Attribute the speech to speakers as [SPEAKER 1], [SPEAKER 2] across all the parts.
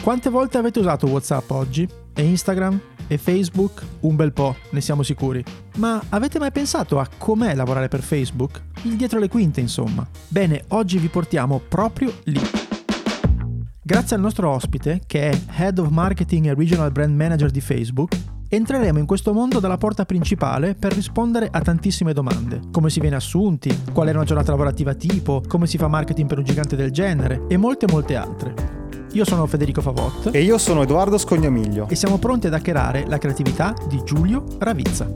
[SPEAKER 1] Quante volte avete usato WhatsApp oggi? E Instagram? E Facebook? Un bel po', ne siamo sicuri. Ma avete mai pensato a com'è lavorare per Facebook? Il dietro le quinte, insomma. Bene, oggi vi portiamo proprio lì. Grazie al nostro ospite, che è Head of Marketing e Regional Brand Manager di Facebook, entreremo in questo mondo dalla porta principale per rispondere a tantissime domande. Come si viene assunti, qual è una giornata lavorativa tipo, come si fa marketing per un gigante del genere e molte altre. Io sono Federico Favot.
[SPEAKER 2] E io sono Edoardo Scognamiglio.
[SPEAKER 1] E siamo pronti ad hackerare la creatività di Giulio Ravizza.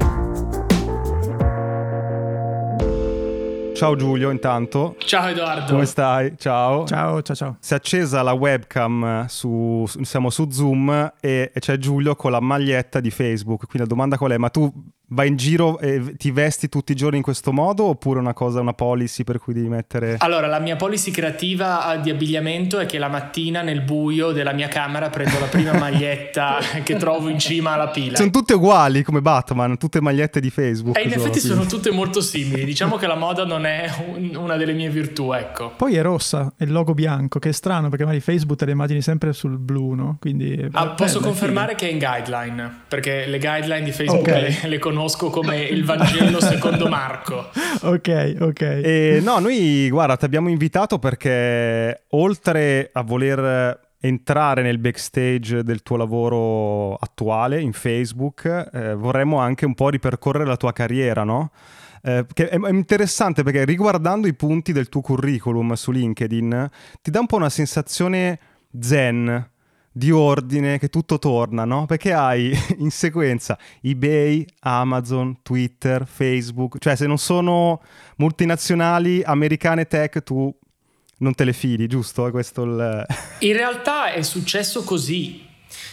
[SPEAKER 2] Ciao Giulio, intanto.
[SPEAKER 3] Ciao Edoardo.
[SPEAKER 2] Come stai? Ciao.
[SPEAKER 1] Ciao.
[SPEAKER 2] Si è accesa la webcam, siamo su Zoom e c'è Giulio con la maglietta di Facebook. Quindi la domanda qual è? Ma tu vai in giro e ti vesti tutti i giorni in questo modo oppure una policy per cui devi mettere...
[SPEAKER 3] Allora, la mia policy creativa di abbigliamento è che la mattina nel buio della mia camera prendo la prima maglietta che trovo in cima alla pila.
[SPEAKER 2] Sono tutte uguali come Batman, tutte magliette di Facebook.
[SPEAKER 3] E in effetti sono tutte molto simili. Diciamo che la moda non è una delle mie virtù, ecco.
[SPEAKER 1] Poi è rossa, è il logo bianco, che è strano perché magari Facebook te le immagini sempre sul blu, no? Quindi
[SPEAKER 3] posso confermare che è in guideline, perché le guideline di Facebook le conosco come il Vangelo secondo Marco.
[SPEAKER 1] Ok.
[SPEAKER 2] E no, noi guarda, ti abbiamo invitato perché oltre a voler entrare nel backstage del tuo lavoro attuale in Facebook, vorremmo anche un po' ripercorrere la tua carriera, no? Che è interessante perché riguardando i punti del tuo curriculum su LinkedIn ti dà un po' una sensazione zen, di ordine, che tutto torna, no? Perché hai in sequenza eBay, Amazon, Twitter, Facebook, cioè se non sono multinazionali americane tech tu non te le fili, giusto? È questo
[SPEAKER 3] In realtà è successo così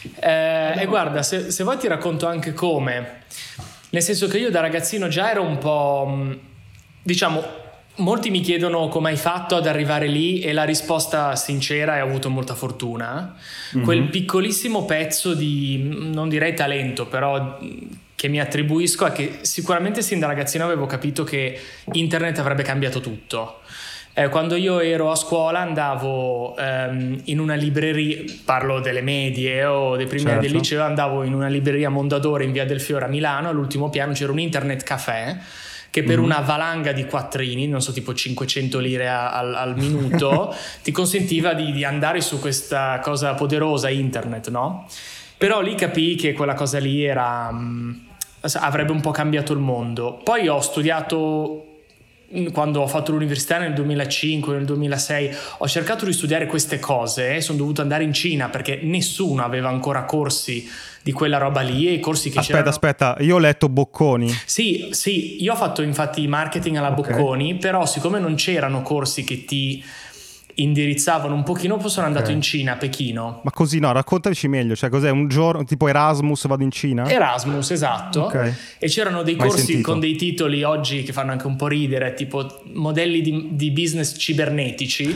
[SPEAKER 3] e guarda, se vuoi ti racconto anche come, nel senso che io da ragazzino già ero un po', diciamo, molti mi chiedono come hai fatto ad arrivare lì e la risposta sincera è: ho avuto molta fortuna. Quel piccolissimo pezzo di, non direi talento, però che mi attribuisco è che sicuramente sin da ragazzino avevo capito che internet avrebbe cambiato tutto. Quando io ero a scuola andavo in una libreria, parlo delle medie o dei primi anni del liceo, andavo in una libreria Mondadori in via del Fiore a Milano, all'ultimo piano c'era un internet caffè che per una valanga di quattrini, non so, tipo 500 lire al minuto, ti consentiva di andare su questa cosa poderosa internet, no? Però lì capii che quella cosa lì avrebbe un po' cambiato il mondo. Poi ho studiato, quando ho fatto l'università nel 2005, nel 2006, ho cercato di studiare queste cose e sono dovuto andare in Cina perché nessuno aveva ancora corsi di quella roba lì e i corsi che c'erano...
[SPEAKER 2] Aspetta, io ho letto Bocconi.
[SPEAKER 3] Sì, io ho fatto infatti marketing alla Bocconi, però siccome non c'erano corsi che ti indirizzavano un pochino, poi sono andato in Cina, a Pechino.
[SPEAKER 2] Ma così no, raccontaci meglio, cioè cos'è un giorno tipo Erasmus, vado in Cina?
[SPEAKER 3] Erasmus, esatto. E c'erano dei corsi con dei titoli oggi che fanno anche un po' ridere, tipo modelli di business cibernetici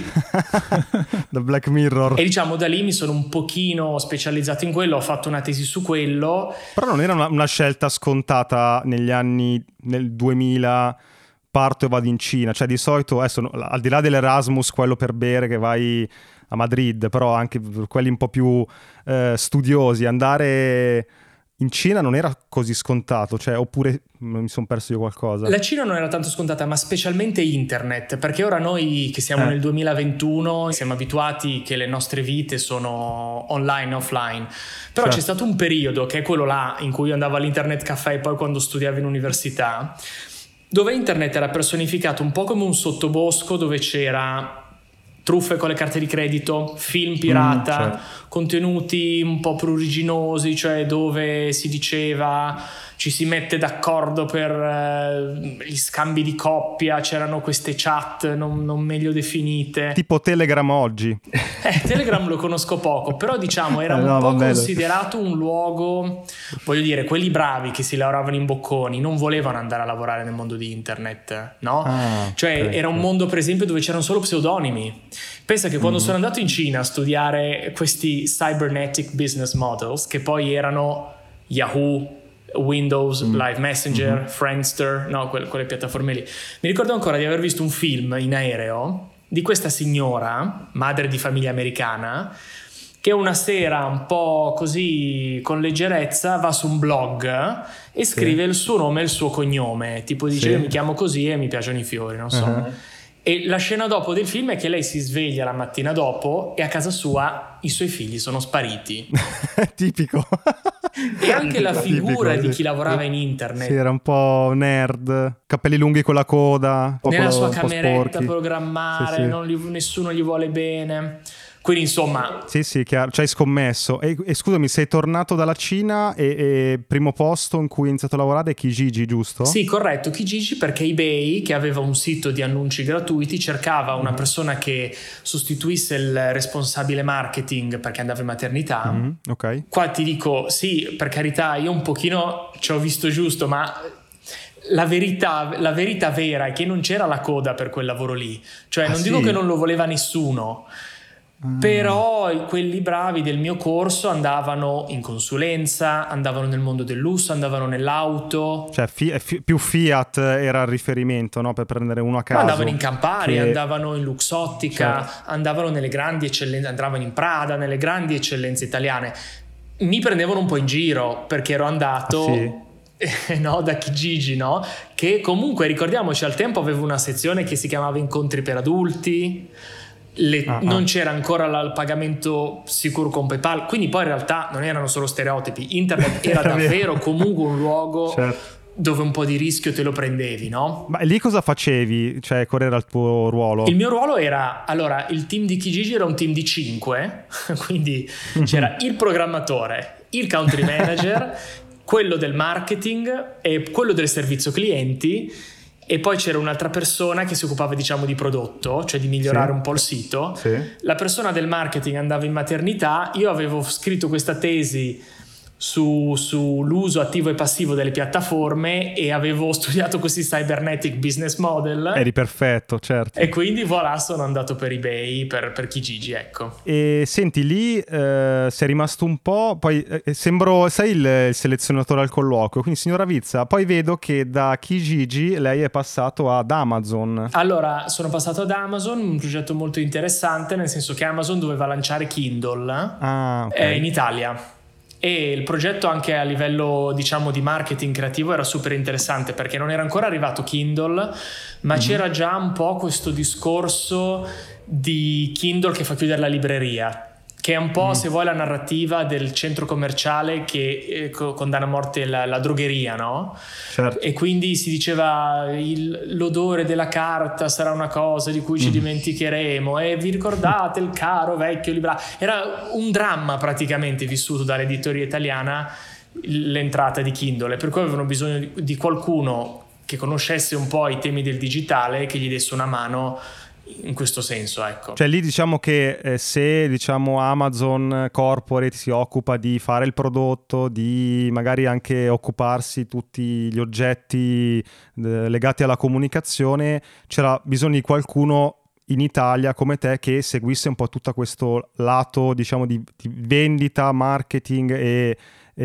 [SPEAKER 2] da Black Mirror.
[SPEAKER 3] E diciamo da lì mi sono un pochino specializzato in quello, ho fatto una tesi su quello.
[SPEAKER 2] Però non era una scelta scontata negli anni, nel 2000 parto e vado in Cina, cioè di solito adesso al di là dell'Erasmus, quello per bere che vai a Madrid, però anche per quelli un po' più studiosi, andare in Cina non era così scontato, cioè, oppure mi sono perso io qualcosa?
[SPEAKER 3] La Cina non era tanto scontata, ma specialmente internet, perché ora noi che siamo nel 2021 siamo abituati che le nostre vite sono online e offline, però c'è stato un periodo che è quello là in cui io andavo all'internet caffè e poi quando studiavo in università, dove internet era personificato un po' come un sottobosco dove c'era truffe con le carte di credito, film pirata, contenuti un po' pruriginosi, cioè dove si diceva ci si mette d'accordo per gli scambi di coppia, c'erano queste chat non meglio definite.
[SPEAKER 2] Tipo Telegram oggi.
[SPEAKER 3] Telegram lo conosco poco, però diciamo era un po' considerato un luogo, voglio dire, quelli bravi che si laureavano in Bocconi non volevano andare a lavorare nel mondo di internet, no? Era un mondo per esempio dove c'erano solo pseudonimi. Pensa che quando sono andato in Cina a studiare questi cybernetic business models, che poi erano Yahoo, Windows, Live Messenger, Friendster, no, quelle piattaforme lì. Mi ricordo ancora di aver visto un film in aereo di questa signora, madre di famiglia americana, che una sera un po' così con leggerezza va su un blog e scrive il suo nome e il suo cognome, tipo dice io mi chiamo così e mi piacciono i fiori, non so. E la scena dopo del film è che lei si sveglia la mattina dopo e a casa sua i suoi figli sono spariti.
[SPEAKER 2] Tipico.
[SPEAKER 3] E anche la figura di chi lavorava in internet.
[SPEAKER 2] Sì, era un po' nerd, capelli lunghi con la coda.
[SPEAKER 3] Nella sua cameretta a programmare, nessuno gli vuole bene. Quindi insomma...
[SPEAKER 2] Sì, chiaro, ci hai scommesso. E scusami, sei tornato dalla Cina e primo posto in cui hai iniziato a lavorare è Kijiji, giusto?
[SPEAKER 3] Sì, corretto, Kijiji, perché eBay, che aveva un sito di annunci gratuiti, cercava una persona che sostituisse il responsabile marketing perché andava in maternità.
[SPEAKER 2] Ok.
[SPEAKER 3] Qua ti dico, sì, per carità, io un pochino ci ho visto giusto, ma... La verità vera è che non c'era la coda per quel lavoro lì. Cioè, non dico che non lo voleva nessuno, però quelli bravi del mio corso andavano in consulenza, andavano nel mondo del lusso, andavano nell'auto.
[SPEAKER 2] Cioè più Fiat era il riferimento, no? Per prendere uno a caso.
[SPEAKER 3] Andavano in Campari, andavano in Luxottica, andavano nelle grandi eccellenze, andavano in Prada, nelle grandi eccellenze italiane. Mi prendevano un po' in giro perché ero andato... No, da Kijiji, no? Che comunque ricordiamoci al tempo aveva una sezione che si chiamava incontri per adulti, non c'era ancora il pagamento sicuro con PayPal, quindi poi in realtà non erano solo stereotipi, internet era davvero comunque un luogo dove un po' di rischio te lo prendevi, no?
[SPEAKER 2] Ma lì cosa facevi? Cioè, qual era il tuo ruolo?
[SPEAKER 3] Il mio ruolo era, allora, il team di Kijiji era un team di 5, quindi c'era il programmatore, il country manager, quello del marketing e quello del servizio clienti, e poi c'era un'altra persona che si occupava, diciamo, di prodotto, cioè di migliorare un po' il sito. La persona del marketing andava in maternità, io avevo scritto questa tesi sull'uso attivo e passivo delle piattaforme e avevo studiato questi cybernetic business model.
[SPEAKER 2] Eri perfetto, certo.
[SPEAKER 3] E quindi voilà, sono andato per eBay, per Kijiji, ecco.
[SPEAKER 2] E senti, lì sei rimasto un po', poi sembro, sai, il selezionatore al colloquio, quindi signora Vizza, poi vedo che da Kijiji lei è passato ad Amazon.
[SPEAKER 3] Allora, sono passato ad Amazon, un progetto molto interessante, nel senso che Amazon doveva lanciare Kindle in Italia. E il progetto anche a livello, diciamo, di marketing creativo era super interessante perché non era ancora arrivato Kindle, ma c'era già un po' questo discorso di Kindle che fa chiudere la libreria, che è un po', se vuoi, la narrativa del centro commerciale che condanna a morte la drogheria, no? Certo. E quindi si diceva l'odore della carta sarà una cosa di cui ci dimenticheremo, e vi ricordate il caro vecchio libraio? Era un dramma praticamente vissuto dall'editoria italiana l'entrata di Kindle, per cui avevano bisogno di qualcuno che conoscesse un po' i temi del digitale e che gli desse una mano in questo senso, ecco.
[SPEAKER 2] Cioè lì diciamo che se diciamo Amazon Corporate si occupa di fare il prodotto, di magari anche occuparsi tutti gli oggetti legati alla comunicazione, c'era bisogno di qualcuno in Italia come te che seguisse un po' tutto questo lato, diciamo, di vendita, marketing e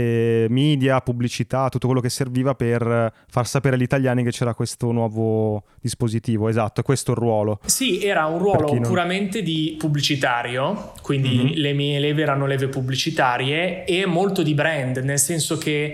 [SPEAKER 2] media, pubblicità, tutto quello che serviva per far sapere agli italiani che c'era questo nuovo dispositivo. Esatto, questo è il ruolo.
[SPEAKER 3] Sì, era un ruolo puramente di pubblicitario, quindi le mie leve erano leve pubblicitarie e molto di brand, nel senso che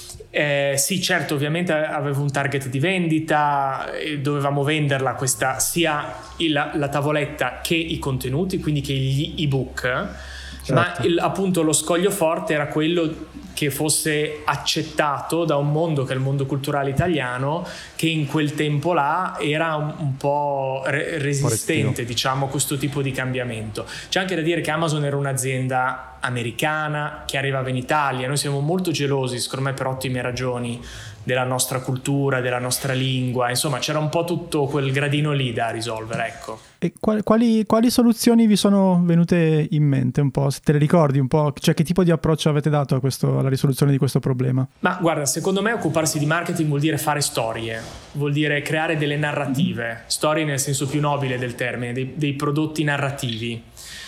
[SPEAKER 3] sì, certo, ovviamente avevo un target di vendita e dovevamo venderla questa, sia la tavoletta che i contenuti, quindi che gli ebook. Certo. Ma appunto lo scoglio forte era quello che fosse accettato da un mondo che è il mondo culturale italiano, che in quel tempo là era un po' resistente, diciamo, a questo tipo di cambiamento. C'è anche da dire che Amazon era un'azienda americana che arrivava in Italia. Noi siamo molto gelosi, secondo me per ottime ragioni, della nostra cultura, della nostra lingua, insomma c'era un po' tutto quel gradino lì da risolvere, ecco.
[SPEAKER 1] E quali soluzioni vi sono venute in mente un po', se te le ricordi un po', cioè che tipo di approccio avete dato alla risoluzione di questo problema?
[SPEAKER 3] Ma guarda, secondo me occuparsi di marketing vuol dire fare storie, vuol dire creare delle narrative, storie nel senso più nobile del termine, dei prodotti narrativi.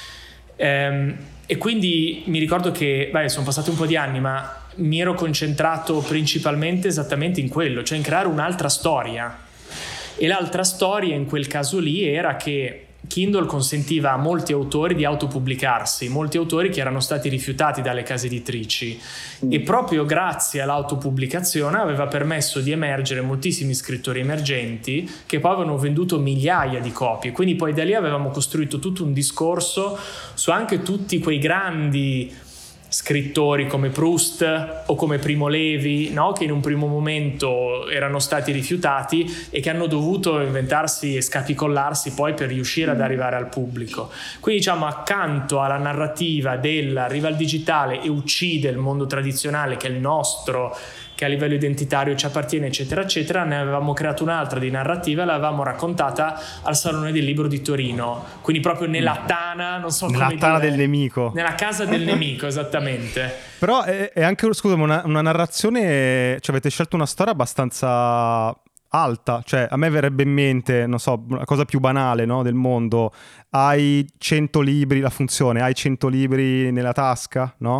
[SPEAKER 3] E quindi mi ricordo che, sono passati un po' di anni, ma mi ero concentrato principalmente esattamente in quello, cioè in creare un'altra storia. E l'altra storia in quel caso lì era che Kindle consentiva a molti autori di autopubblicarsi, molti autori che erano stati rifiutati dalle case editrici, e proprio grazie all'autopubblicazione aveva permesso di emergere moltissimi scrittori emergenti che poi avevano venduto migliaia di copie. Quindi poi da lì avevamo costruito tutto un discorso su anche tutti quei grandi scrittori come Proust o come Primo Levi, no? Che in un primo momento erano stati rifiutati e che hanno dovuto inventarsi e scapicollarsi poi per riuscire ad arrivare al pubblico. Quindi diciamo, accanto alla narrativa del arriva al digitale e uccide il mondo tradizionale che è il nostro, che a livello identitario ci appartiene, eccetera eccetera, ne avevamo creato un'altra di narrativa e l'avevamo raccontata al Salone del Libro di Torino, quindi proprio nella tana, non so come dire,
[SPEAKER 2] nella tana del nemico,
[SPEAKER 3] nella casa del nemico, esattamente.
[SPEAKER 2] Però è anche, scusami, una narrazione, cioè avete scelto una storia abbastanza alta, cioè a me verrebbe in mente, non so, una cosa più banale, no, del mondo: hai 100 libri, la funzione, hai 100 libri nella tasca, no?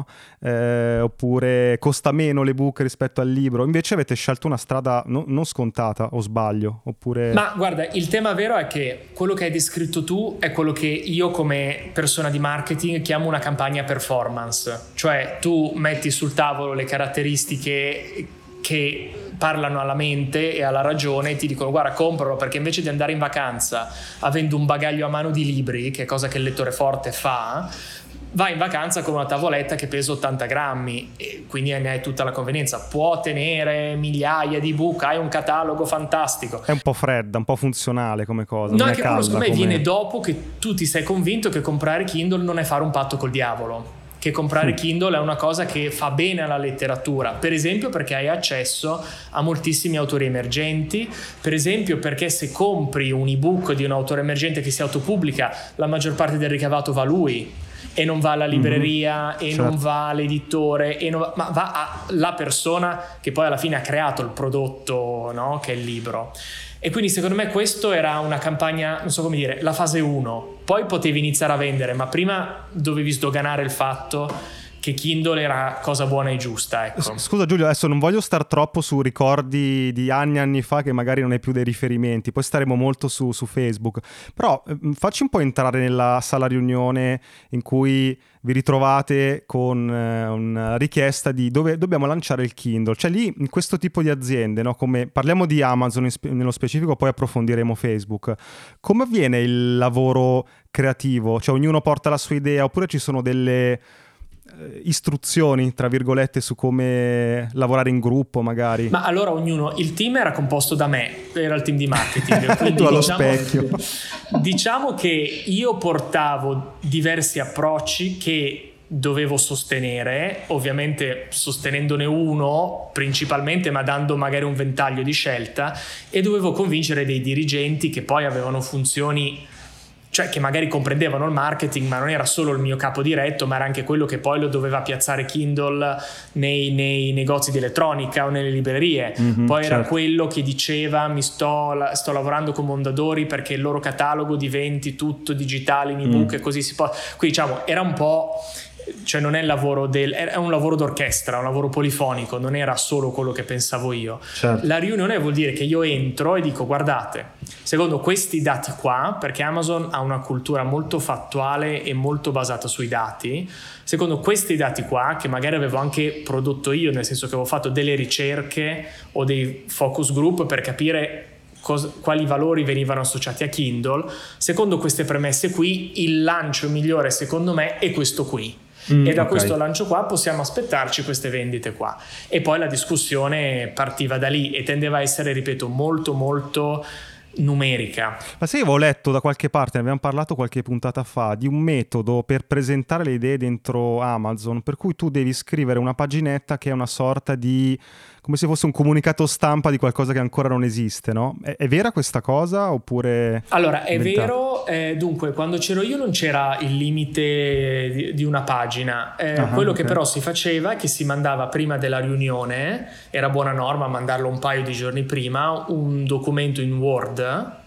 [SPEAKER 2] Oppure costa meno l'ebook rispetto al libro. Invece avete scelto una strada non scontata, o sbaglio? Oppure...
[SPEAKER 3] Ma guarda, il tema vero è che quello che hai descritto tu è quello che io come persona di marketing chiamo una campagna performance, cioè tu metti sul tavolo le caratteristiche che parlano alla mente e alla ragione e ti dicono: guarda, compralo, perché invece di andare in vacanza avendo un bagaglio a mano di libri, che è cosa che il lettore forte fa, vai in vacanza con una tavoletta che pesa 80 grammi e quindi ne hai tutta la convenienza. Può tenere migliaia di ebook, hai un catalogo fantastico.
[SPEAKER 2] È un po' fredda, un po' funzionale come cosa.
[SPEAKER 3] No,
[SPEAKER 2] non
[SPEAKER 3] è
[SPEAKER 2] è
[SPEAKER 3] che
[SPEAKER 2] calda,
[SPEAKER 3] quello secondo me
[SPEAKER 2] come...
[SPEAKER 3] viene dopo che tu ti sei convinto che comprare Kindle non è fare un patto col diavolo, che comprare Kindle è una cosa che fa bene alla letteratura, per esempio perché hai accesso a moltissimi autori emergenti, per esempio perché se compri un ebook di un autore emergente che si autopubblica, la maggior parte del ricavato va a lui e non va alla libreria e non va all'editore ma va alla persona che poi alla fine ha creato il prodotto, no? Che è il libro. E quindi secondo me questo era una campagna, non so come dire, la fase 1. Poi potevi iniziare a vendere, ma prima dovevi sdoganare il fatto che Kindle era cosa buona e giusta, ecco.
[SPEAKER 2] Scusa Giulio, adesso non voglio star troppo su ricordi di anni fa che magari non hai più dei riferimenti, poi staremo molto su Facebook, però facci un po' entrare nella sala riunione in cui vi ritrovate con una richiesta di dove dobbiamo lanciare il Kindle. Cioè lì, in questo tipo di aziende, no? Come parliamo di Amazon nello specifico, poi approfondiremo Facebook, come avviene il lavoro creativo? Cioè ognuno porta la sua idea oppure ci sono delle istruzioni tra virgolette su come lavorare in gruppo magari?
[SPEAKER 3] Ma allora il team era composto da me, era il team di marketing, quindi
[SPEAKER 2] tu allo specchio.
[SPEAKER 3] Diciamo che io portavo diversi approcci che dovevo sostenere, ovviamente sostenendone uno principalmente, ma dando magari un ventaglio di scelta, e dovevo convincere dei dirigenti che poi avevano funzioni, cioè che magari comprendevano il marketing, ma non era solo il mio capo diretto, ma era anche quello che poi lo doveva piazzare Kindle nei negozi di elettronica o nelle librerie. Poi era quello che diceva: mi sto lavorando con Mondadori perché il loro catalogo diventi tutto digitale in ebook e così si può. Quindi diciamo era un po', cioè non è il lavoro è un lavoro d'orchestra, un lavoro polifonico, non era solo quello che pensavo io. La riunione vuol dire che io entro e dico: guardate, secondo questi dati qua, perché Amazon ha una cultura molto fattuale e molto basata sui dati, secondo questi dati qua, che magari avevo anche prodotto io, nel senso che avevo fatto delle ricerche o dei focus group per capire quali valori venivano associati a Kindle, secondo queste premesse qui il lancio migliore secondo me è questo qui. E da questo lancio qua possiamo aspettarci queste vendite qua. E poi la discussione partiva da lì e tendeva a essere, ripeto, molto molto numerica.
[SPEAKER 2] Ma se io avevo letto da qualche parte, ne abbiamo parlato qualche puntata fa, di un metodo per presentare le idee dentro Amazon, per cui tu devi scrivere una paginetta che è una sorta di, come se fosse un comunicato stampa di qualcosa che ancora non esiste, no? È vera questa cosa oppure...
[SPEAKER 3] Allora, è vero, dunque quando c'ero io non c'era il limite di una pagina, quello che però si faceva è che si mandava prima della riunione, era buona norma mandarlo un paio di giorni prima, un documento in Word,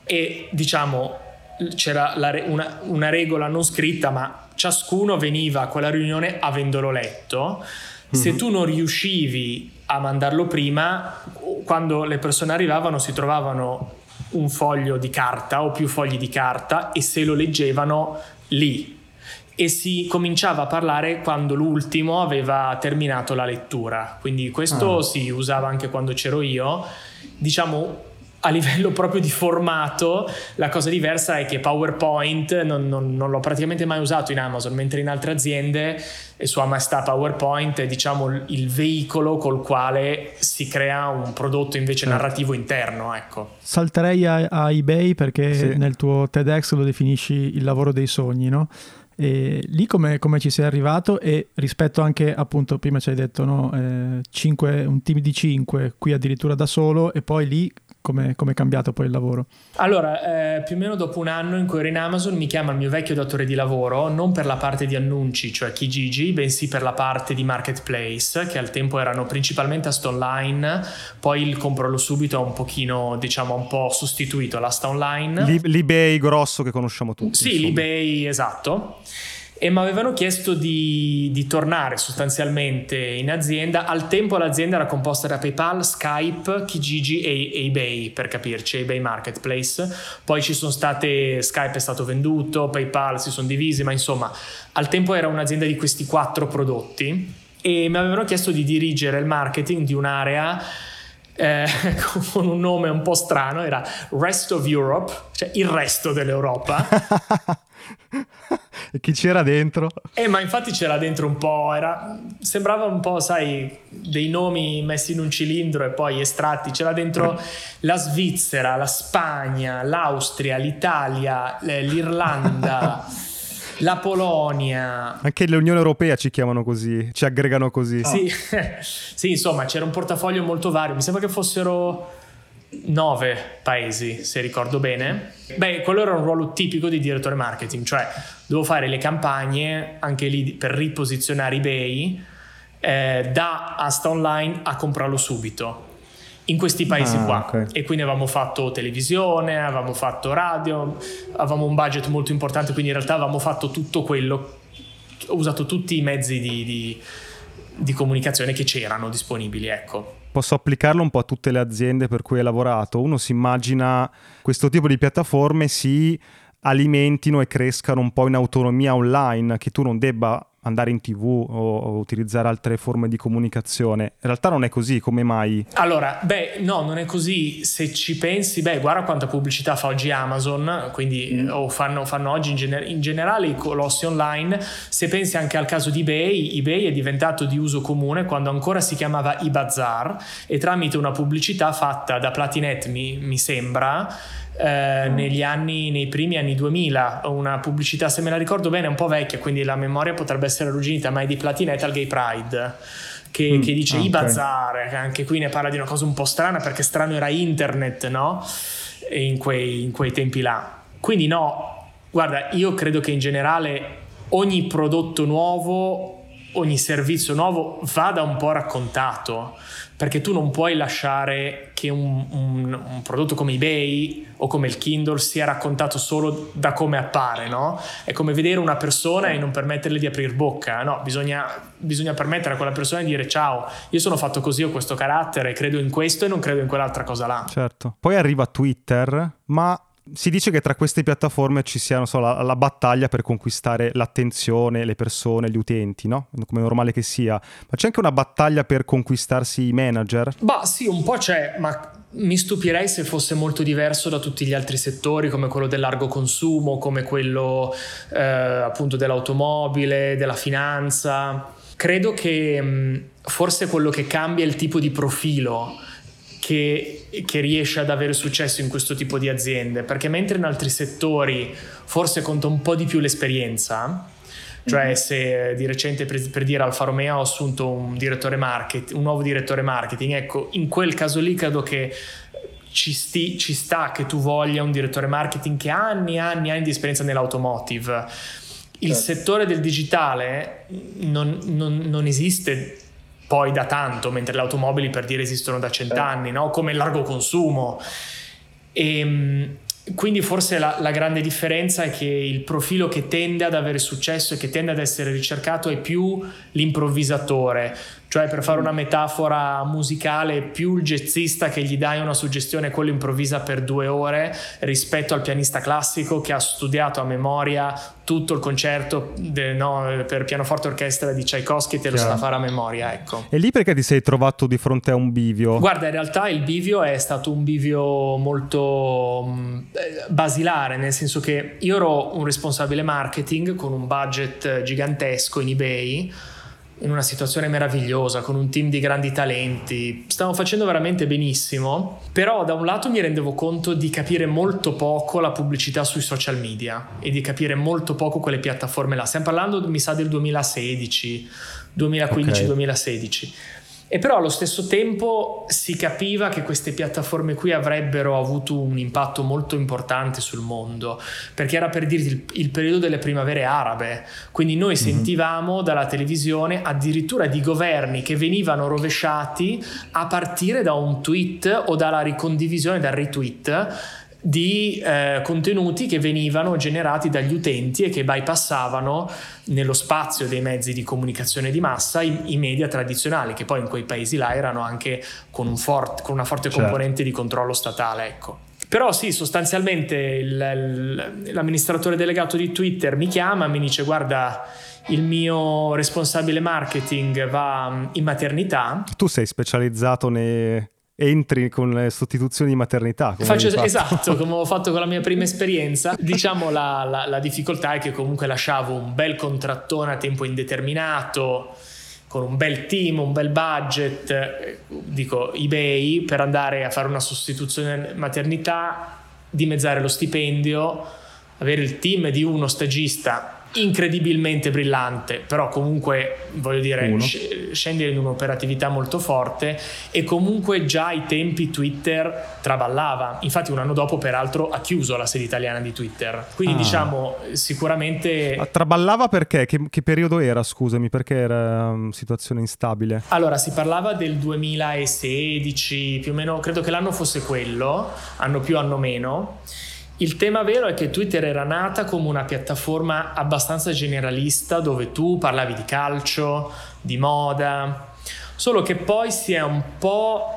[SPEAKER 3] e diciamo c'era una regola non scritta, ma ciascuno veniva a quella riunione avendolo letto. Se tu non riuscivi a mandarlo prima, quando le persone arrivavano si trovavano un foglio di carta o più fogli di carta e se lo leggevano lì, e si cominciava a parlare quando l'ultimo aveva terminato la lettura, quindi questo si usava anche quando c'ero io. Diciamo, a livello proprio di formato, la cosa diversa è che PowerPoint non l'ho praticamente mai usato in Amazon, mentre in altre aziende Sua Maestà PowerPoint è, diciamo, il veicolo col quale si crea un prodotto invece narrativo interno, ecco.
[SPEAKER 1] Salterei a eBay perché nel tuo TEDx lo definisci il lavoro dei sogni, no? E lì come ci sei arrivato, e rispetto anche, appunto, prima ci hai detto, no? Un team di 5, qui addirittura da solo, e poi lì come è cambiato poi il lavoro?
[SPEAKER 3] Allora, più o meno dopo un anno in cui ero in Amazon mi chiama il mio vecchio datore di lavoro, non per la parte di annunci, cioè Kijiji, bensì per la parte di marketplace, che al tempo erano principalmente Asta Online, poi il Compralo Subito ha un pochino, diciamo, un po' sostituito l'Asta Online.
[SPEAKER 2] l'eBay grosso che conosciamo tutti.
[SPEAKER 3] Sì,
[SPEAKER 2] insomma.
[SPEAKER 3] l'eBay, esatto. E mi avevano chiesto di tornare sostanzialmente in azienda. Al tempo l'azienda era composta da PayPal, Skype, Kijiji e eBay, per capirci, eBay Marketplace. Poi ci sono state, Skype è stato venduto, PayPal si sono divisi, ma insomma al tempo era un'azienda di questi 4 prodotti, e mi avevano chiesto di dirigere il marketing di un'area con un nome un po' strano, era Rest of Europe, cioè il resto dell'Europa.
[SPEAKER 2] E chi c'era dentro?
[SPEAKER 3] Ma infatti c'era dentro un po', sembrava un po', sai, dei nomi messi in un cilindro e poi estratti. C'era dentro la Svizzera, la Spagna, l'Austria, l'Italia, l'Irlanda, la Polonia.
[SPEAKER 2] Anche l'Unione Europea ci chiamano così, ci aggregano così.
[SPEAKER 3] Sì, insomma c'era un portafoglio molto vario, mi sembra che fossero 9 paesi, se ricordo bene. Beh, quello era un ruolo tipico di direttore marketing, cioè dovevo fare le campagne anche lì per riposizionare eBay da Asta Online a Compralo Subito in questi paesi qua.
[SPEAKER 2] Okay.
[SPEAKER 3] E quindi avevamo fatto televisione, avevamo fatto radio, avevamo un budget molto importante, quindi in realtà avevamo fatto tutto quello, ho usato tutti i mezzi di comunicazione che c'erano disponibili, ecco.
[SPEAKER 2] Posso applicarlo un po' a tutte le aziende per cui hai lavorato. Uno si immagina questo tipo di piattaforme si alimentino e crescano un po' in autonomia online, che tu non debba andare in TV o utilizzare altre forme di comunicazione. In realtà non è così, come mai?
[SPEAKER 3] Allora, no, non è così. Se ci pensi, guarda quanta pubblicità fa oggi Amazon, quindi o fanno oggi in generale i colossi online. Se pensi anche al caso di eBay è diventato di uso comune quando ancora si chiamava eBazaar, e tramite una pubblicità fatta da Platinet, mi sembra, nei primi anni 2000, una pubblicità, se me la ricordo bene, un po' vecchia, quindi la memoria potrebbe essere arrugginita, ma è di Platinet al Gay Pride, che dice eBazaar, anche qui ne parla di una cosa un po' strana, perché strano era internet, no? E in quei tempi là. Quindi no, guarda, io credo che in generale ogni prodotto nuovo, ogni servizio nuovo vada un po' raccontato, perché tu non puoi lasciare che un prodotto come eBay o come il Kindle sia raccontato solo da come appare, no? È come vedere una persona e non permetterle di aprire bocca, no? Bisogna permettere a quella persona di dire: ciao, io sono fatto così, ho questo carattere, credo in questo e non credo in quell'altra cosa là.
[SPEAKER 2] Certo. Poi arriva Twitter, ma si dice che tra queste piattaforme ci sia, non so, la battaglia per conquistare l'attenzione, le persone, gli utenti, no? Come è normale che sia. Ma c'è anche una battaglia per conquistarsi i manager?
[SPEAKER 3] Bah sì, un po' c'è, ma mi stupirei se fosse molto diverso da tutti gli altri settori, come quello del largo consumo, come quello appunto dell'automobile, della finanza. Credo che forse quello che cambia è il tipo di profilo che riesce ad avere successo in questo tipo di aziende, perché mentre in altri settori forse conta un po' di più l'esperienza, cioè se di recente per dire Alfa Romeo ha assunto un nuovo direttore marketing, ecco, in quel caso lì credo che ci sta che tu voglia un direttore marketing che ha anni di esperienza nell'automotive. Il settore del digitale non esiste poi da tanto, mentre le automobili, per dire, esistono da 100 anni, no? Come il largo consumo. E quindi forse la grande differenza è che il profilo che tende ad avere successo e che tende ad essere ricercato è più l'improvvisatore, Cioè, per fare una metafora musicale, più il jazzista che gli dai una suggestione, quello improvvisa per 2 ore, rispetto al pianista classico che ha studiato a memoria tutto il concerto per pianoforte e orchestra di Tchaikovsky, te lo sa fare a memoria, ecco.
[SPEAKER 2] E lì perché ti sei trovato di fronte a un bivio?
[SPEAKER 3] Guarda, in realtà il bivio è stato un bivio molto basilare, nel senso che io ero un responsabile marketing con un budget gigantesco in eBay, in una situazione meravigliosa, con un team di grandi talenti, stavo facendo veramente benissimo, però da un lato mi rendevo conto di capire molto poco la pubblicità sui social media e di capire molto poco quelle piattaforme là. Stiamo parlando, mi sa, del 2016, 2015-2016. E però allo stesso tempo si capiva che queste piattaforme qui avrebbero avuto un impatto molto importante sul mondo, perché era, per dirti, il periodo delle primavere arabe, quindi noi sentivamo dalla televisione addirittura di governi che venivano rovesciati a partire da un tweet o dalla ricondivisione, dal retweet di contenuti che venivano generati dagli utenti e che bypassavano nello spazio dei mezzi di comunicazione di massa i media tradizionali, che poi in quei paesi là erano anche con una forte componente di controllo statale, ecco. Però sì, sostanzialmente l'amministratore delegato di Twitter mi chiama, mi dice: guarda, il mio responsabile marketing va in maternità.
[SPEAKER 2] Tu sei specializzato entri con le sostituzioni di maternità.
[SPEAKER 3] Esatto, come ho fatto con la mia prima esperienza. Diciamo la difficoltà è che comunque lasciavo un bel contrattone a tempo indeterminato, con un bel team, un bel budget, dico eBay, per andare a fare una sostituzione maternità, dimezzare lo stipendio, avere il team di uno stagista incredibilmente brillante, però comunque voglio dire scendere in un'operatività molto forte, e comunque già ai tempi Twitter traballava. Infatti un anno dopo peraltro ha chiuso la sede italiana di Twitter, quindi diciamo sicuramente
[SPEAKER 2] traballava. Perché? Che periodo era, scusami, perché era situazione instabile?
[SPEAKER 3] Allora, si parlava del 2016 più o meno, credo che l'anno fosse quello, anno più anno meno. Il tema vero è che Twitter era nata come una piattaforma abbastanza generalista dove tu parlavi di calcio, di moda, solo che poi ha un po'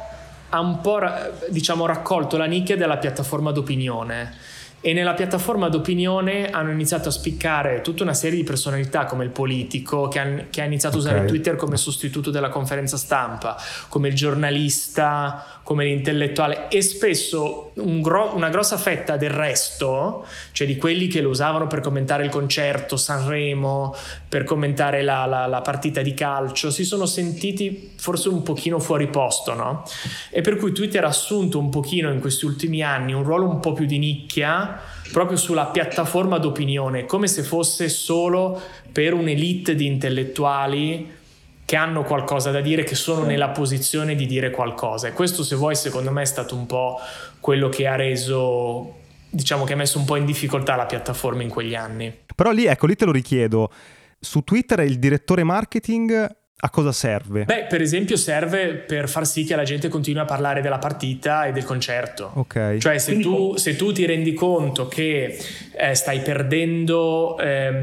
[SPEAKER 3] diciamo raccolto la nicchia della piattaforma d'opinione, e nella piattaforma d'opinione hanno iniziato a spiccare tutta una serie di personalità, come il politico che ha iniziato a usare Twitter come sostituto della conferenza stampa, come il giornalista, come l'intellettuale, e spesso una grossa fetta del resto, cioè di quelli che lo usavano per commentare il concerto Sanremo, per commentare la partita di calcio, si sono sentiti forse un pochino fuori posto, no? E per cui Twitter ha assunto un pochino in questi ultimi anni un ruolo un po' più di nicchia, proprio sulla piattaforma d'opinione, come se fosse solo per un'elite di intellettuali che hanno qualcosa da dire, che sono nella posizione di dire qualcosa. E questo, se vuoi, secondo me è stato un po' quello che ha reso, diciamo, che ha messo un po' in difficoltà la piattaforma in quegli anni.
[SPEAKER 2] Però lì te lo richiedo, su Twitter il direttore marketing a cosa serve?
[SPEAKER 3] Beh, per esempio serve per far sì che la gente continui a parlare della partita e del concerto.
[SPEAKER 2] Ok.
[SPEAKER 3] Cioè se tu ti rendi conto che stai perdendo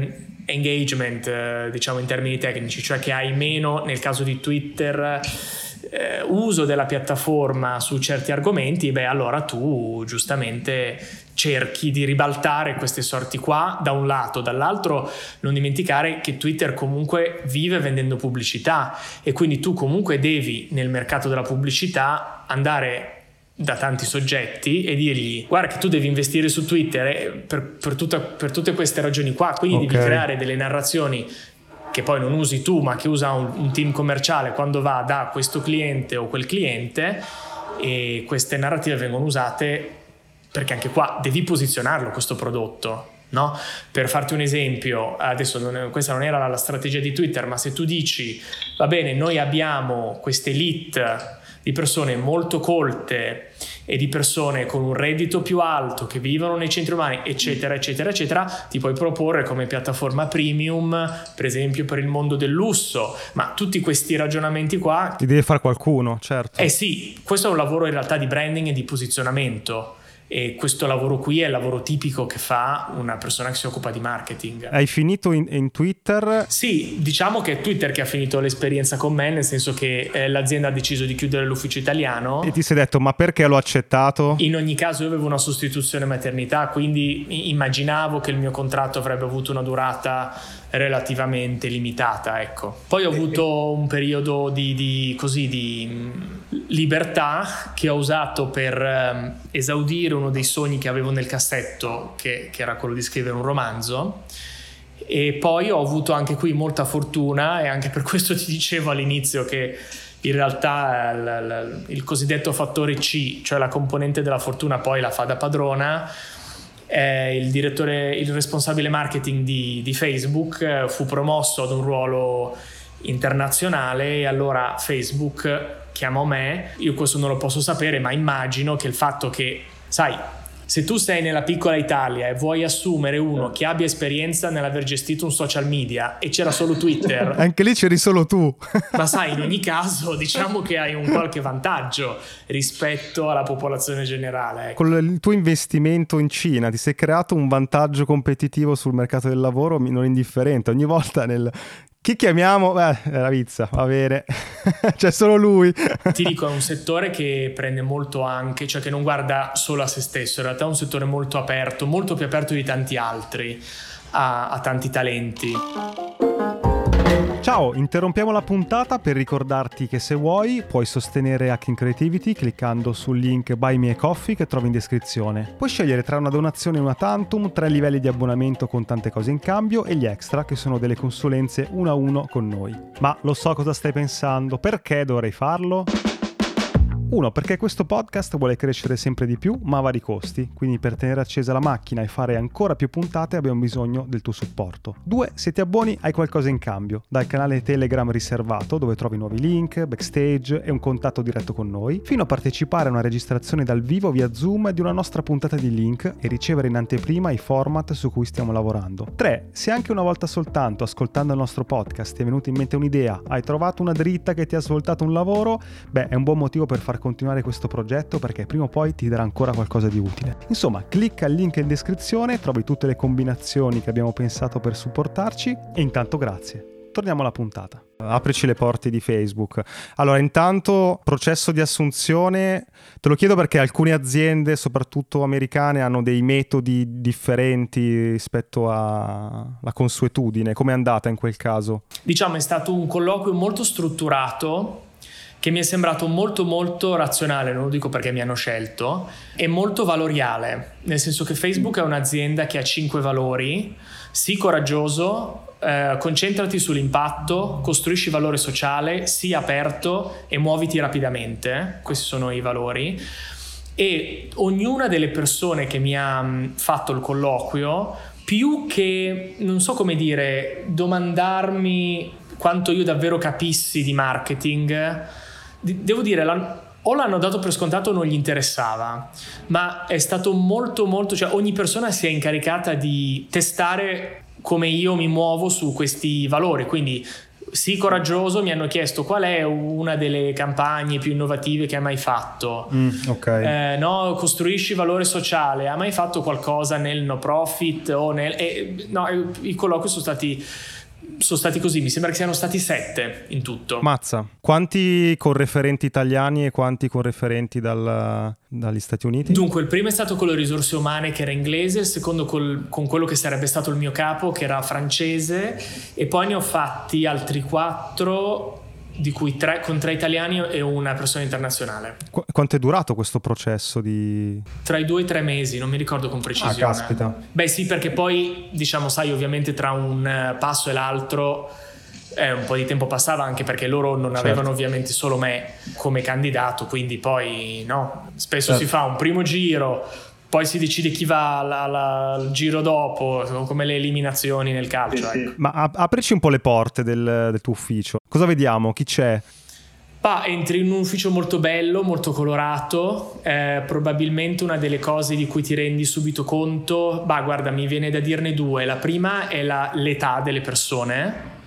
[SPEAKER 3] engagement, diciamo in termini tecnici, cioè che hai meno, nel caso di Twitter, uso della piattaforma su certi argomenti, beh, allora tu giustamente cerchi di ribaltare queste sorti qua, da un lato. Dall'altro non dimenticare che Twitter comunque vive vendendo pubblicità, e quindi tu comunque devi, nel mercato della pubblicità, andare da tanti soggetti e dirgli: guarda che tu devi investire su Twitter per tutte queste ragioni qua, quindi devi creare delle narrazioni che poi non usi tu, ma che usa un team commerciale quando va da questo cliente o quel cliente, e queste narrative vengono usate perché anche qua devi posizionarlo questo prodotto, no? Per farti un esempio, adesso questa non era la strategia di Twitter, ma se tu dici: va bene, noi abbiamo queste elite di persone molto colte e di persone con un reddito più alto che vivono nei centri urbani, eccetera eccetera eccetera, ti puoi proporre come piattaforma premium, per esempio per il mondo del lusso. Ma tutti questi ragionamenti qua
[SPEAKER 2] ti deve fare qualcuno, certo.
[SPEAKER 3] Sì, questo è un lavoro in realtà di branding e di posizionamento, e questo lavoro qui è il lavoro tipico che fa una persona che si occupa di marketing.
[SPEAKER 2] Hai finito in Twitter?
[SPEAKER 3] Sì, diciamo che è Twitter che ha finito l'esperienza con me, nel senso che l'azienda ha deciso di chiudere l'ufficio italiano.
[SPEAKER 2] E ti sei detto, ma perché l'ho accettato?
[SPEAKER 3] In ogni caso io avevo una sostituzione maternità, quindi immaginavo che il mio contratto avrebbe avuto una durata relativamente limitata, ecco. Poi ho avuto un periodo di libertà che ho usato per esaudire uno dei sogni che avevo nel cassetto, che era quello di scrivere un romanzo, e poi ho avuto anche qui molta fortuna, e anche per questo ti dicevo all'inizio che in realtà il cosiddetto fattore C, cioè la componente della fortuna, poi la fa da padrona. Il responsabile marketing di Facebook fu promosso ad un ruolo internazionale, e allora Facebook chiamò me. Io questo non lo posso sapere, ma immagino che il fatto che, sai, se tu sei nella piccola Italia e vuoi assumere uno che abbia esperienza nell'aver gestito un social media, e c'era solo Twitter,
[SPEAKER 2] anche lì c'eri solo tu.
[SPEAKER 3] ma sai, in ogni caso diciamo che hai un qualche vantaggio rispetto alla popolazione generale, ecco.
[SPEAKER 2] Con il tuo investimento in Cina ti sei creato un vantaggio competitivo sul mercato del lavoro non indifferente. Ogni volta chi chiamiamo? La Vizza, va bene. C'è solo lui.
[SPEAKER 3] Ti dico, è un settore che prende molto anche, cioè che non guarda solo a se stesso, in realtà è un settore molto aperto, molto più aperto di tanti altri, a tanti talenti.
[SPEAKER 2] Ciao, interrompiamo la puntata per ricordarti che se vuoi puoi sostenere Hacking Creativity cliccando sul link Buy Me a Coffee che trovi in descrizione. Puoi scegliere tra una donazione e una tantum, 3 livelli di abbonamento con tante cose in cambio e gli extra che sono delle consulenze 1 a 1 con noi. Ma lo so cosa stai pensando, perché dovrei farlo? 1. Perché questo podcast vuole crescere sempre di più, ma a vari costi, quindi per tenere accesa la macchina e fare ancora più puntate abbiamo bisogno del tuo supporto. 2. Se ti abboni hai qualcosa in cambio, dal canale Telegram riservato dove trovi nuovi link, backstage e un contatto diretto con noi, fino a partecipare a una registrazione dal vivo via Zoom di una nostra puntata di Link e ricevere in anteprima i format su cui stiamo lavorando. 3. Se anche una volta soltanto ascoltando il nostro podcast ti è venuta in mente un'idea, hai trovato una dritta che ti ha svoltato un lavoro, è un buon motivo per far continuare questo progetto, perché prima o poi ti darà ancora qualcosa di utile. Insomma, clicca il link in descrizione, trovi tutte le combinazioni che abbiamo pensato per supportarci e intanto grazie. Torniamo alla puntata. Aprici le porte di Facebook. Allora, intanto, processo di assunzione, te lo chiedo perché alcune aziende, soprattutto americane, hanno dei metodi differenti rispetto alla consuetudine. Com'è andata in quel caso?
[SPEAKER 3] Diciamo, è stato un colloquio molto strutturato, che mi è sembrato molto molto razionale, non lo dico perché mi hanno scelto, e molto valoriale, nel senso che Facebook è un'azienda che ha 5 valori: sii coraggioso, concentrati sull'impatto, costruisci valore sociale, sii aperto e muoviti rapidamente. Questi sono i valori, e ognuna delle persone che mi ha fatto il colloquio, più che, non so come dire, domandarmi quanto io davvero capissi di marketing, devo dire, o l'hanno dato per scontato o non gli interessava, ma è stato molto molto, cioè ogni persona si è incaricata di testare come io mi muovo su questi valori. Quindi sii coraggioso, mi hanno chiesto qual è una delle campagne più innovative che hai mai fatto.
[SPEAKER 2] Okay.
[SPEAKER 3] No, costruisci valore sociale, hai mai fatto qualcosa nel no profit o i colloqui sono stati così, mi sembra che siano stati 7 in tutto.
[SPEAKER 2] Mazza, quanti con referenti italiani e quanti con referenti dagli Stati Uniti?
[SPEAKER 3] Dunque, il primo è stato con le risorse umane, che era inglese, il secondo con quello che sarebbe stato il mio capo, che era francese, e poi ne ho fatti altri 4, di cui 3 con 3 italiani e una persona internazionale.
[SPEAKER 2] Quanto è durato questo processo
[SPEAKER 3] tra i 2 e i 3 mesi, non mi ricordo con precisione.
[SPEAKER 2] Ah, caspita.
[SPEAKER 3] Beh sì, perché poi, diciamo, sai, ovviamente tra un passo e l'altro un po' di tempo passava, anche perché loro non avevano ovviamente solo me come candidato, quindi poi spesso si fa un primo giro, poi si decide chi va al giro dopo, come le eliminazioni nel calcio.
[SPEAKER 2] Sì.
[SPEAKER 3] Ecco.
[SPEAKER 2] Ma aprici un po' le porte del tuo ufficio. Cosa vediamo? Chi c'è?
[SPEAKER 3] Entri in un ufficio molto bello, molto colorato, probabilmente una delle cose di cui ti rendi subito conto, guarda, mi viene da dirne 2. La prima è l'età delle persone.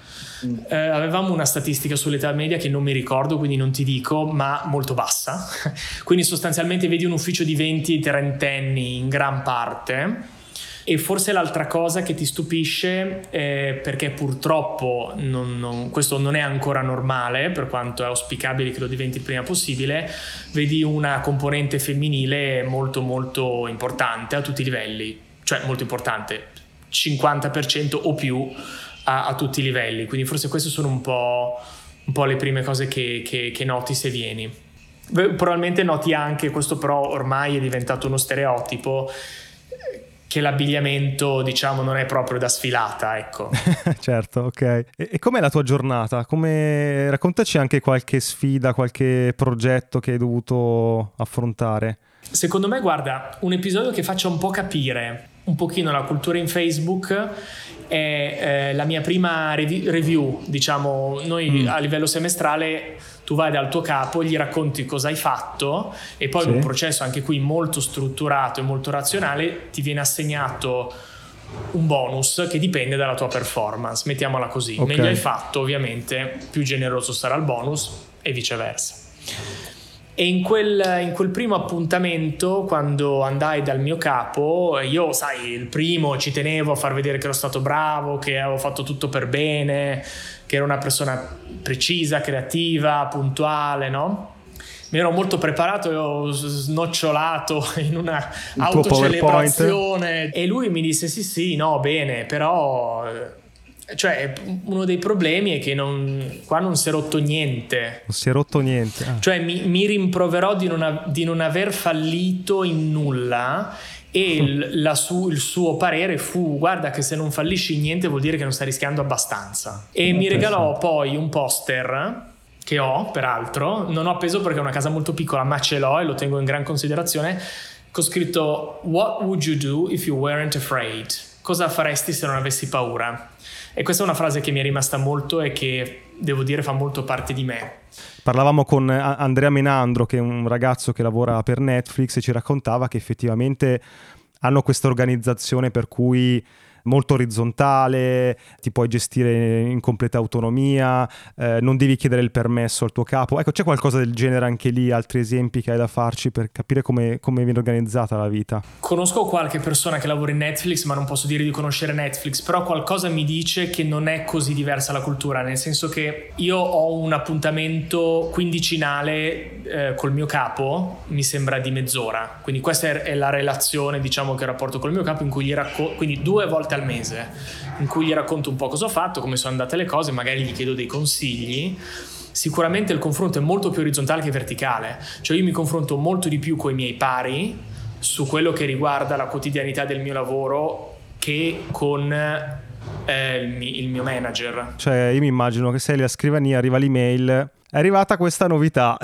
[SPEAKER 3] avevamo una statistica sull'età media che non mi ricordo, quindi non ti dico, ma molto bassa. Quindi sostanzialmente vedi un ufficio di 20 trentenni in gran parte. E forse l'altra cosa che ti stupisce, perché purtroppo questo non è ancora normale, per quanto è auspicabile che lo diventi il prima possibile, vedi una componente femminile molto molto importante a tutti i livelli, cioè molto importante, 50% o più a tutti i livelli. Quindi forse queste sono un po' le prime cose che noti se vieni. Probabilmente noti anche, questo però ormai è diventato uno stereotipo, che l'abbigliamento, diciamo, non è proprio da sfilata, ecco.
[SPEAKER 2] Certo, ok. E com'è la tua giornata? Raccontaci anche qualche sfida, qualche progetto che hai dovuto affrontare.
[SPEAKER 3] Secondo me, guarda, un episodio che faccia un po' capire un pochino la cultura in Facebook è la mia prima review, diciamo. Noi a livello semestrale tu vai dal tuo capo, gli racconti cosa hai fatto e poi in un processo anche qui molto strutturato e molto razionale ti viene assegnato un bonus che dipende dalla tua performance, mettiamola così.
[SPEAKER 2] Okay.
[SPEAKER 3] Meglio hai fatto, ovviamente, più generoso sarà il bonus e viceversa. E in quel primo appuntamento, quando andai dal mio capo, io, sai, il primo ci tenevo a far vedere che ero stato bravo, che avevo fatto tutto per bene, che ero una persona precisa, creativa, puntuale, no? Mi ero molto preparato e ho snocciolato in una autocelebrazione e lui mi disse sì, no, bene, però... Cioè, uno dei problemi è che qua non si è rotto niente.
[SPEAKER 2] Non si è rotto niente.
[SPEAKER 3] Cioè mi rimproverò di non aver fallito in nulla e il suo parere fu: guarda che se non fallisci in niente vuol dire che non stai rischiando abbastanza. E mi regalò poi un poster che ho, peraltro, non ho appeso perché è una casa molto piccola, ma ce l'ho e lo tengo in gran considerazione, con scritto "What would you do if you weren't afraid?" Cosa faresti se non avessi paura? E questa è una frase che mi è rimasta molto e che, devo dire, fa molto parte di me.
[SPEAKER 2] Parlavamo con Andrea Menandro, che è un ragazzo che lavora per Netflix, e ci raccontava che effettivamente hanno questa organizzazione per cui molto orizzontale, ti puoi gestire in completa autonomia, non devi chiedere il permesso al tuo capo. Ecco, c'è qualcosa del genere anche lì, altri esempi che hai da farci per capire come viene organizzata la vita?
[SPEAKER 3] Conosco qualche persona che lavora in Netflix, ma non posso dire di conoscere Netflix, però qualcosa mi dice che non è così diversa la cultura, nel senso che io ho un appuntamento quindicinale col mio capo, mi sembra di mezz'ora, quindi questa è la relazione, diciamo, che rapporto col mio capo, in cui gli racconto, quindi 2 volte al mese, in cui gli racconto un po' cosa ho fatto, come sono andate le cose, magari gli chiedo dei consigli. Sicuramente il confronto è molto più orizzontale che verticale, cioè io mi confronto molto di più con i miei pari su quello che riguarda la quotidianità del mio lavoro che con il mio manager.
[SPEAKER 2] Cioè, io mi immagino che sei alla scrivania, arriva l'email, è arrivata questa novità.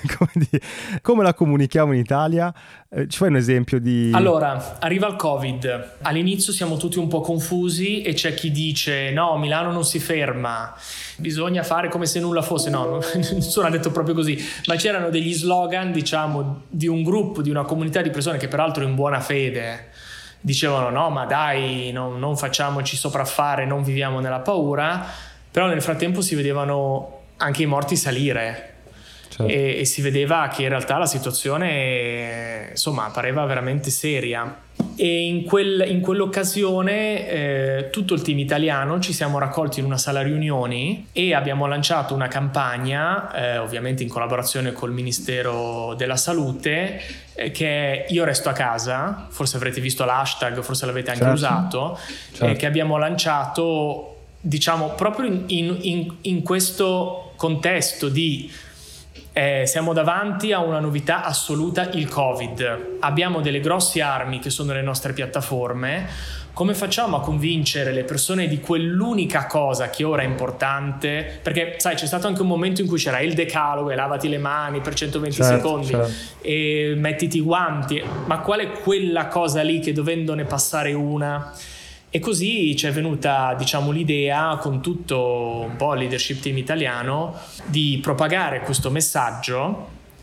[SPEAKER 2] Come la comunichiamo in Italia? Ci fai un esempio di...
[SPEAKER 3] Allora, arriva il Covid, all'inizio siamo tutti un po' confusi e c'è chi dice no, Milano non si ferma, bisogna fare come se nulla fosse. No, non sono detto proprio così, ma c'erano degli slogan, diciamo, di un gruppo, di una comunità di persone che peraltro in buona fede dicevano no, ma dai, non facciamoci sopraffare, non viviamo nella paura. Però nel frattempo si vedevano anche i morti salire. E si vedeva che in realtà la situazione, insomma, pareva veramente seria. E in quell'occasione tutto il team italiano ci siamo raccolti in una sala riunioni e abbiamo lanciato una campagna, ovviamente in collaborazione col Ministero della Salute, che è Io resto a casa. Forse avrete visto l'hashtag, forse l'avete anche usato, che abbiamo lanciato, diciamo, proprio in questo contesto di siamo davanti a una novità assoluta, il Covid. Abbiamo delle grosse armi che sono le nostre piattaforme. Come facciamo a convincere le persone di quell'unica cosa che ora è importante? Perché sai, c'è stato anche un momento in cui c'era il decalogo e lavati le mani per 120 secondi e mettiti i guanti, ma qual è quella cosa lì che dovendone passare una? E così ci è venuta, diciamo, l'idea, con tutto un po' il leadership team italiano, di propagare questo messaggio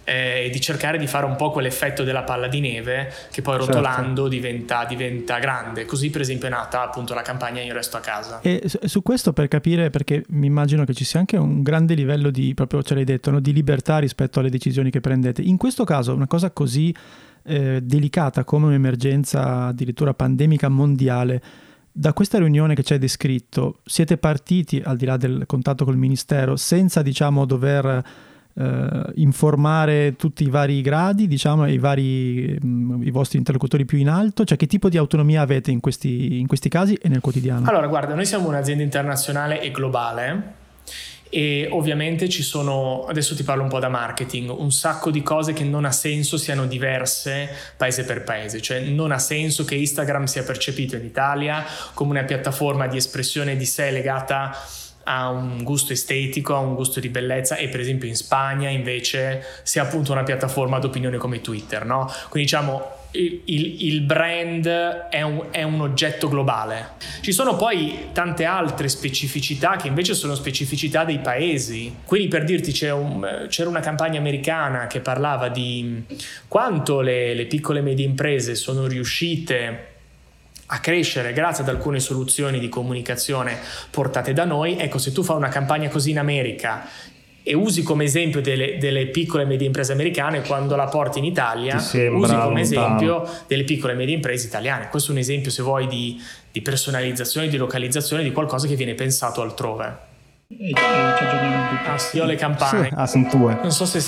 [SPEAKER 3] e di cercare di fare un po' quell'effetto della palla di neve che poi rotolando diventa grande. Così per esempio è nata appunto la campagna Io resto a casa.
[SPEAKER 1] E su questo, per capire, perché mi immagino che ci sia anche un grande livello di, proprio ce l'hai detto, no? Di libertà rispetto alle decisioni che prendete. In questo caso una cosa così delicata come un'emergenza addirittura pandemica mondiale, da questa riunione che ci hai descritto siete partiti, al di là del contatto col ministero, senza diciamo dover informare tutti i vari gradi, diciamo, i vostri interlocutori più in alto? Cioè, che tipo di autonomia avete in questi casi e nel quotidiano?
[SPEAKER 3] Allora, guarda, noi siamo un'azienda internazionale e globale e ovviamente ci sono, adesso ti parlo un po' da marketing, un sacco di cose che non ha senso siano diverse paese per paese. Cioè non ha senso che Instagram sia percepito in Italia come una piattaforma di espressione di sé legata ha un gusto estetico, ha un gusto di bellezza, e per esempio in Spagna invece sia appunto una piattaforma d'opinione come Twitter, no? Quindi diciamo il brand è un oggetto globale. Ci sono poi tante altre specificità che invece sono specificità dei paesi. Quindi per dirti c'era una campagna americana che parlava di quanto le piccole e medie imprese sono riuscite a crescere grazie ad alcune soluzioni di comunicazione portate da noi. Ecco, se tu fai una campagna così in America e usi come esempio delle piccole e medie imprese americane, quando la porti in Italia usi come esempio delle piccole e medie imprese italiane. Questo è un esempio, se vuoi, di personalizzazione, di localizzazione di qualcosa che viene pensato altrove. Sì, ho le campane.
[SPEAKER 2] Sì, sono tue.
[SPEAKER 3] Non so se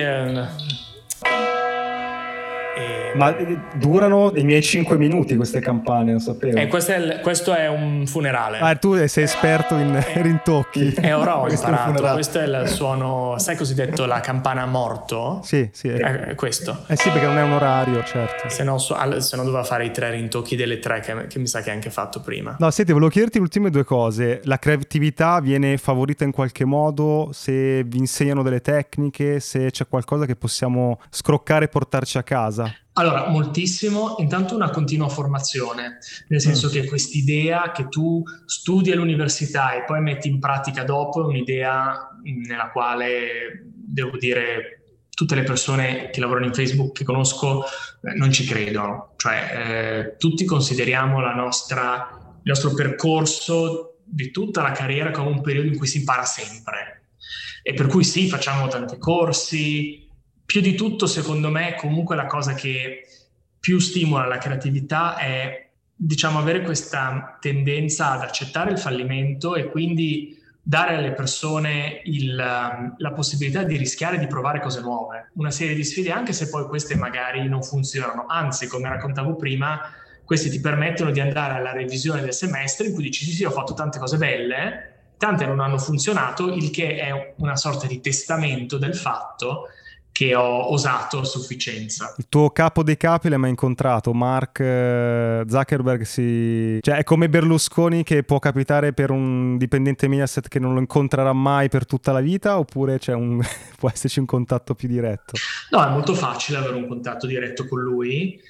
[SPEAKER 2] Ma durano i miei 5 minuti queste campane, non sapevo.
[SPEAKER 3] Questo è un funerale.
[SPEAKER 2] Tu sei esperto in rintocchi.
[SPEAKER 3] Ora ho imparato. Questo è il suono, sai cosiddetto la campana a morto?
[SPEAKER 2] Sì.
[SPEAKER 3] Questo.
[SPEAKER 2] Sì, perché non è un orario, certo.
[SPEAKER 3] Se no doveva fare i 3 rintocchi delle 3 che mi sa che hai anche fatto prima.
[SPEAKER 2] No, senti, volevo chiederti le ultime 2 cose. La creatività viene favorita in qualche modo? Se vi insegnano delle tecniche? Se c'è qualcosa che possiamo scroccare e portarci a casa?
[SPEAKER 3] Allora, moltissimo. Intanto una continua formazione, nel senso che quest'idea che tu studi all'università e poi metti in pratica dopo è un'idea nella quale, devo dire, tutte le persone che lavorano in Facebook che conosco non ci credono. Cioè, tutti consideriamo il nostro percorso di tutta la carriera come un periodo in cui si impara sempre. E per cui sì, facciamo tanti corsi. Più di tutto, secondo me, comunque la cosa che più stimola la creatività è, diciamo, avere questa tendenza ad accettare il fallimento e quindi dare alle persone la possibilità di rischiare di provare cose nuove, una serie di sfide, anche se poi queste magari non funzionano. Anzi, come raccontavo prima, questi ti permettono di andare alla revisione del semestre in cui dici sì, ho fatto tante cose belle, tante non hanno funzionato, il che è una sorta di testamento del fatto che ho osato a sufficienza.
[SPEAKER 2] Il tuo capo dei capi l'hai mai incontrato? Mark Zuckerberg cioè è come Berlusconi, che può capitare per un dipendente Mediaset che non lo incontrerà mai per tutta la vita, oppure può esserci un contatto più diretto?
[SPEAKER 3] No, è molto facile avere un contatto diretto con lui.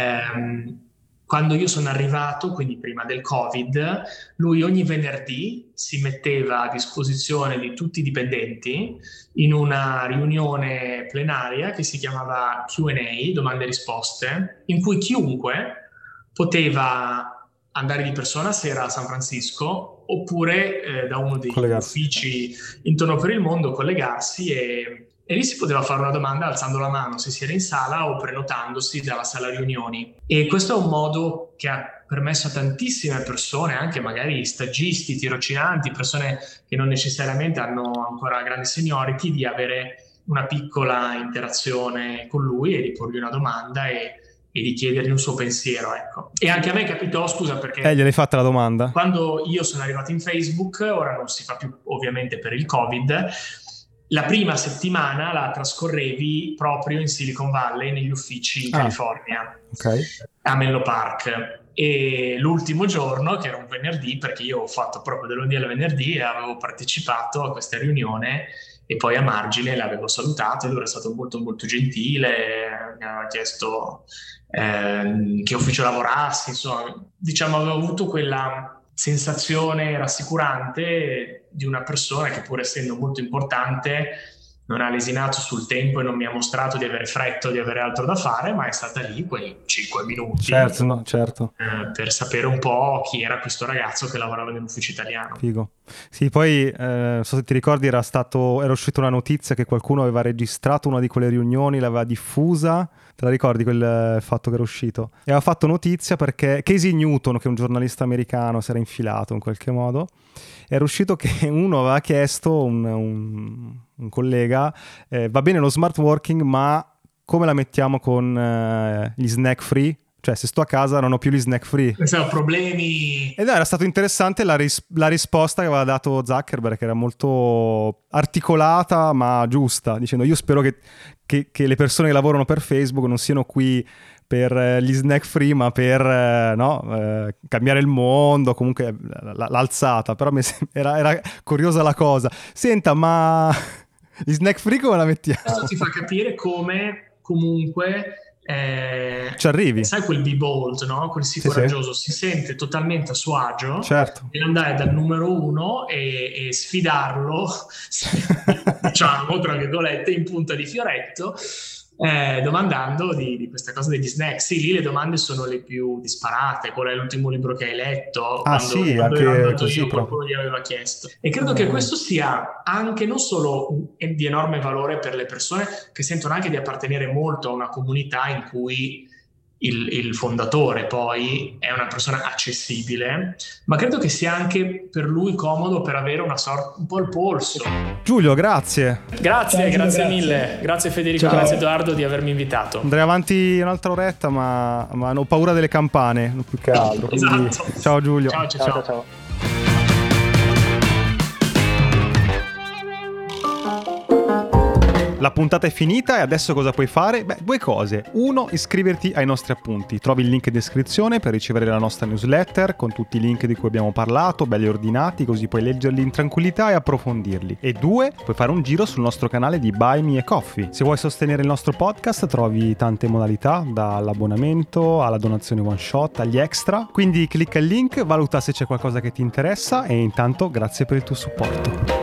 [SPEAKER 3] Quando io sono arrivato, quindi prima del Covid, lui ogni venerdì si metteva a disposizione di tutti i dipendenti in una riunione plenaria che si chiamava Q&A, domande e risposte, in cui chiunque poteva andare di persona se era a San Francisco oppure da uno degli uffici intorno per il mondo, collegarsi e lì si poteva fare una domanda alzando la mano se si era in sala o prenotandosi dalla sala riunioni. E questo è un modo che ha permesso a tantissime persone, anche magari stagisti, tirocinanti, persone che non necessariamente hanno ancora grande seniority, di avere una piccola interazione con lui e di porgli una domanda e di chiedergli un suo pensiero, ecco. E anche a me capitò, scusa, perché
[SPEAKER 2] gliel'hai fatta la domanda?
[SPEAKER 3] Quando io sono arrivato in Facebook, ora non si fa più ovviamente per il Covid, la prima settimana la trascorrevi proprio in Silicon Valley, negli uffici in California, a Menlo Park. E l'ultimo giorno, che era un venerdì, perché io ho fatto proprio del lunedì al venerdì e avevo partecipato a questa riunione e poi a margine l'avevo salutato e lui è stato molto molto gentile, mi aveva chiesto che ufficio lavorassi, insomma, diciamo avevo avuto quella sensazione rassicurante di una persona che, pur essendo molto importante, non ha lesinato sul tempo e non mi ha mostrato di avere fretta o di avere altro da fare, ma è stata lì quei 5 minuti
[SPEAKER 2] certo.
[SPEAKER 3] Per sapere un po' chi era questo ragazzo che lavorava nell'ufficio italiano.
[SPEAKER 2] Figo. Sì, poi non so se ti ricordi, era uscita una notizia che qualcuno aveva registrato una di quelle riunioni, l'aveva diffusa. Te la ricordi quel fatto che era uscito? E aveva fatto notizia perché Casey Newton, che è un giornalista americano, si era infilato in qualche modo. Era uscito che uno aveva chiesto, un collega, va bene lo smart working, ma come la mettiamo con gli snack free? Cioè, se sto a casa non ho più gli snack free.
[SPEAKER 3] Sono problemi.
[SPEAKER 2] Ed era stato interessante la risposta che aveva dato Zuckerberg, che era molto articolata ma giusta, dicendo: io spero che le persone che lavorano per Facebook non siano qui per gli snack free, ma per cambiare il mondo, comunque l'alzata. Però era curiosa la cosa. Senta, ma gli snack free come la mettiamo?
[SPEAKER 3] Questo ti fa capire come comunque
[SPEAKER 2] ci arrivi.
[SPEAKER 3] Sai quel be bold, no? Quel sì coraggioso, si sente totalmente a suo agio,
[SPEAKER 2] certo,
[SPEAKER 3] e andare dal numero 1 e sfidarlo, diciamo, tra virgolette, in punta di fioretto, domandando di questa cosa degli snack. Sì, lì le domande sono le più disparate. Qual è l'ultimo libro che hai letto?
[SPEAKER 2] Quando
[SPEAKER 3] ero andato io, qualcuno gli aveva chiesto. E credo che questo sia anche non solo di enorme valore per le persone che sentono anche di appartenere molto a una comunità in cui il fondatore poi è una persona accessibile, ma credo che sia anche per lui comodo per avere un po' il polso.
[SPEAKER 2] Giulio, grazie
[SPEAKER 3] mille, grazie Federico, grazie Edoardo di avermi invitato.
[SPEAKER 2] Andrei avanti un'altra oretta, ma ho paura delle campane, non più che altro. Quindi,
[SPEAKER 3] esatto.
[SPEAKER 2] Ciao Giulio.
[SPEAKER 3] Ciao.
[SPEAKER 2] La puntata è finita e adesso cosa puoi fare? Beh, 2 cose. 1, iscriverti ai nostri appunti. Trovi il link in descrizione per ricevere la nostra newsletter con tutti i link di cui abbiamo parlato, belli ordinati, così puoi leggerli in tranquillità e approfondirli. E 2, puoi fare un giro sul nostro canale di Buy Me a Coffee. Se vuoi sostenere il nostro podcast trovi tante modalità, dall'abbonamento alla donazione one shot, agli extra. Quindi clicca il link, valuta se c'è qualcosa che ti interessa e intanto grazie per il tuo supporto.